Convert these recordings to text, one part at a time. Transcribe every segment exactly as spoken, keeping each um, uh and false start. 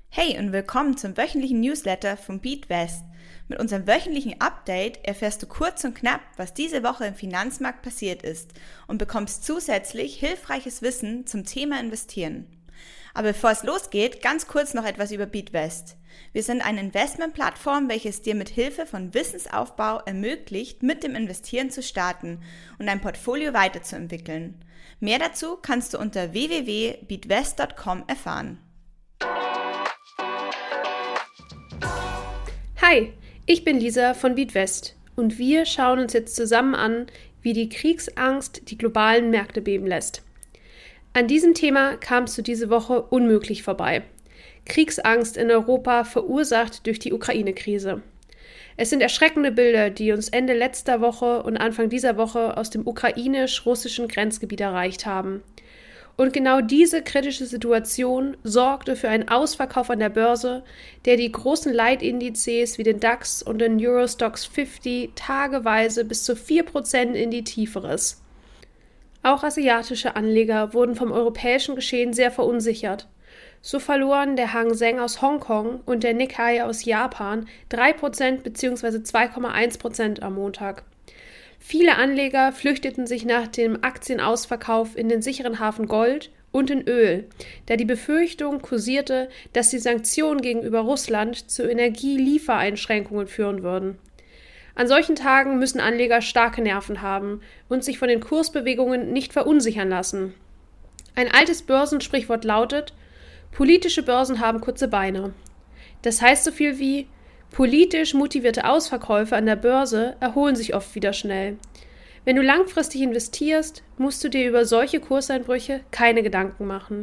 Hey und willkommen zum wöchentlichen Newsletter von BeatWest. Mit unserem wöchentlichen Update erfährst du kurz und knapp, was diese Woche im Finanzmarkt passiert ist und bekommst zusätzlich hilfreiches Wissen zum Thema Investieren. Aber bevor es losgeht, ganz kurz noch etwas über BeatWest. Wir sind eine Investmentplattform, welches dir mit Hilfe von Wissensaufbau ermöglicht, mit dem Investieren zu starten und dein Portfolio weiterzuentwickeln. Mehr dazu kannst du unter w w w punkt beatwest punkt com erfahren. Hi, ich bin Lisa von BeatWest und wir schauen uns jetzt zusammen an, wie die Kriegsangst die globalen Märkte beben lässt. An diesem Thema kamst du diese Woche unmöglich vorbei. Kriegsangst in Europa verursacht durch die Ukraine-Krise. Es sind erschreckende Bilder, die uns Ende letzter Woche und Anfang dieser Woche aus dem ukrainisch-russischen Grenzgebiet erreicht haben. Und genau diese kritische Situation sorgte für einen Ausverkauf an der Börse, der die großen Leitindizes wie den DAX und den Euro Stoxx fünfzig tageweise bis zu vier Prozent in die Tiefe riss. Auch asiatische Anleger wurden vom europäischen Geschehen sehr verunsichert. So verloren der Hang Seng aus Hongkong und der Nikkei aus Japan drei Prozent bzw. zwei Komma eins Prozent am Montag. Viele Anleger flüchteten sich nach dem Aktienausverkauf in den sicheren Hafen Gold und in Öl, da die Befürchtung kursierte, dass die Sanktionen gegenüber Russland zu Energieliefereinschränkungen führen würden. An solchen Tagen müssen Anleger starke Nerven haben und sich von den Kursbewegungen nicht verunsichern lassen. Ein altes Börsensprichwort lautet: Politische Börsen haben kurze Beine. Das heißt so viel wie: Politisch motivierte Ausverkäufe an der Börse erholen sich oft wieder schnell. Wenn du langfristig investierst, musst du dir über solche Kurseinbrüche keine Gedanken machen.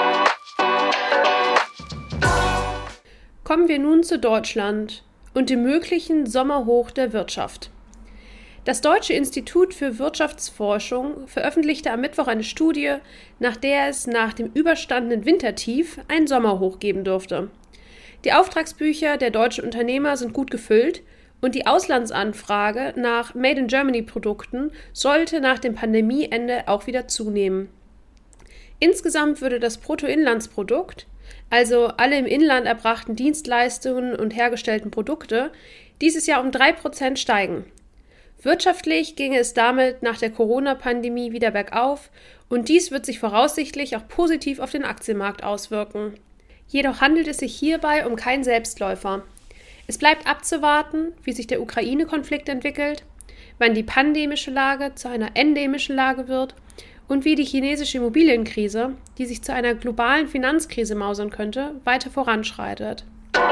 Kommen wir nun zu Deutschland und dem möglichen Sommerhoch der Wirtschaft. Das Deutsche Institut für Wirtschaftsforschung veröffentlichte am Mittwoch eine Studie, nach der es nach dem überstandenen Wintertief ein Sommerhoch geben dürfte. Die Auftragsbücher der deutschen Unternehmer sind gut gefüllt und die Auslandsanfrage nach Made-in-Germany-Produkten sollte nach dem Pandemieende auch wieder zunehmen. Insgesamt würde das Bruttoinlandsprodukt, also alle im Inland erbrachten Dienstleistungen und hergestellten Produkte, dieses Jahr um drei Prozent steigen. Wirtschaftlich ginge es damit nach der Corona-Pandemie wieder bergauf und dies wird sich voraussichtlich auch positiv auf den Aktienmarkt auswirken. Jedoch handelt es sich hierbei um keinen Selbstläufer. Es bleibt abzuwarten, wie sich der Ukraine-Konflikt entwickelt, wann die pandemische Lage zu einer endemischen Lage wird und wie die chinesische Immobilienkrise, die sich zu einer globalen Finanzkrise mausern könnte, weiter voranschreitet.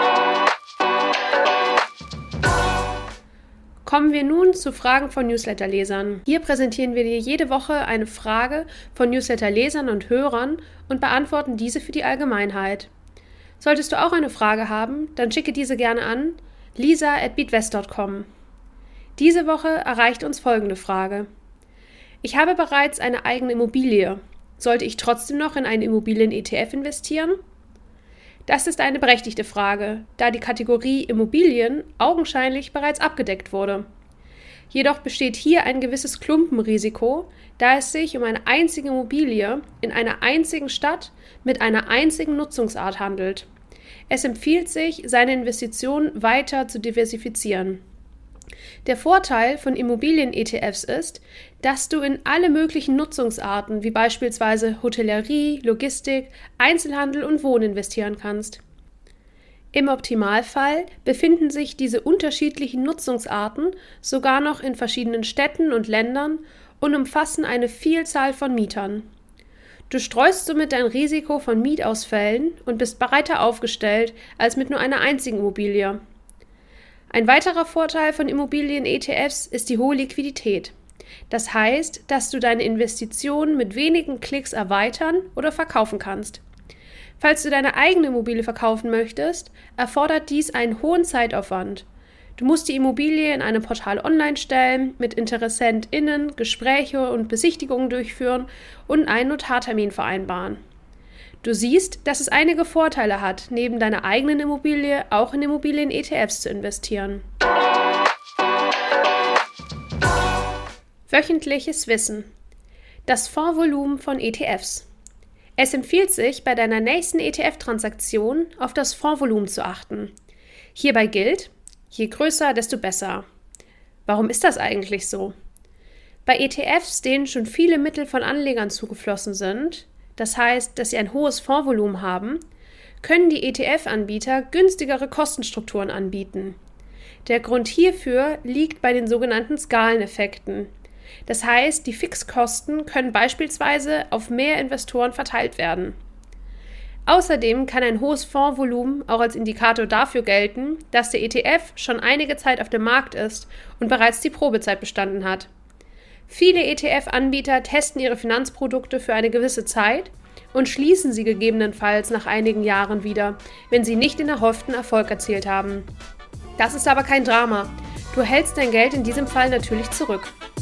Kommen wir nun zu Fragen von Newsletterlesern. Hier präsentieren wir dir jede Woche eine Frage von Newsletterlesern und Hörern und beantworten diese für die Allgemeinheit. Solltest du auch eine Frage haben, dann schicke diese gerne an lisa at beatwest punkt com. Diese Woche erreicht uns folgende Frage. Ich habe bereits eine eigene Immobilie. Sollte ich trotzdem noch in einen Immobilien-E T F investieren? Das ist eine berechtigte Frage, da die Kategorie Immobilien augenscheinlich bereits abgedeckt wurde. Jedoch besteht hier ein gewisses Klumpenrisiko, da es sich um eine einzige Immobilie in einer einzigen Stadt mit einer einzigen Nutzungsart handelt. Es empfiehlt sich, seine Investitionen weiter zu diversifizieren. Der Vorteil von Immobilien-E T Fs ist, dass du in alle möglichen Nutzungsarten wie beispielsweise Hotellerie, Logistik, Einzelhandel und Wohnen investieren kannst. Im Optimalfall befinden sich diese unterschiedlichen Nutzungsarten sogar noch in verschiedenen Städten und Ländern und umfassen eine Vielzahl von Mietern. Du streust somit dein Risiko von Mietausfällen und bist breiter aufgestellt als mit nur einer einzigen Immobilie. Ein weiterer Vorteil von Immobilien-E T Fs ist die hohe Liquidität. Das heißt, dass du deine Investitionen mit wenigen Klicks erweitern oder verkaufen kannst. Falls du deine eigene Immobilie verkaufen möchtest, erfordert dies einen hohen Zeitaufwand. Du musst die Immobilie in einem Portal online stellen, mit InteressentInnen Gespräche und Besichtigungen durchführen und einen Notartermin vereinbaren. Du siehst, dass es einige Vorteile hat, neben deiner eigenen Immobilie auch in Immobilien-E T Fs zu investieren. Wöchentliches Wissen. Das Fondsvolumen von E T Fs. Es empfiehlt sich, bei deiner nächsten E T F-Transaktion auf das Fondsvolumen zu achten. Hierbei gilt, je größer, desto besser. Warum ist das eigentlich so? Bei E T Fs, denen schon viele Mittel von Anlegern zugeflossen sind, das heißt, dass sie ein hohes Fondsvolumen haben, können die E T F-Anbieter günstigere Kostenstrukturen anbieten. Der Grund hierfür liegt bei den sogenannten Skaleneffekten. Das heißt, die Fixkosten können beispielsweise auf mehr Investoren verteilt werden. Außerdem kann ein hohes Fondsvolumen auch als Indikator dafür gelten, dass der E T F schon einige Zeit auf dem Markt ist und bereits die Probezeit bestanden hat. Viele E T F-Anbieter testen ihre Finanzprodukte für eine gewisse Zeit und schließen sie gegebenenfalls nach einigen Jahren wieder, wenn sie nicht den erhofften Erfolg erzielt haben. Das ist aber kein Drama. Du hältst dein Geld in diesem Fall natürlich zurück.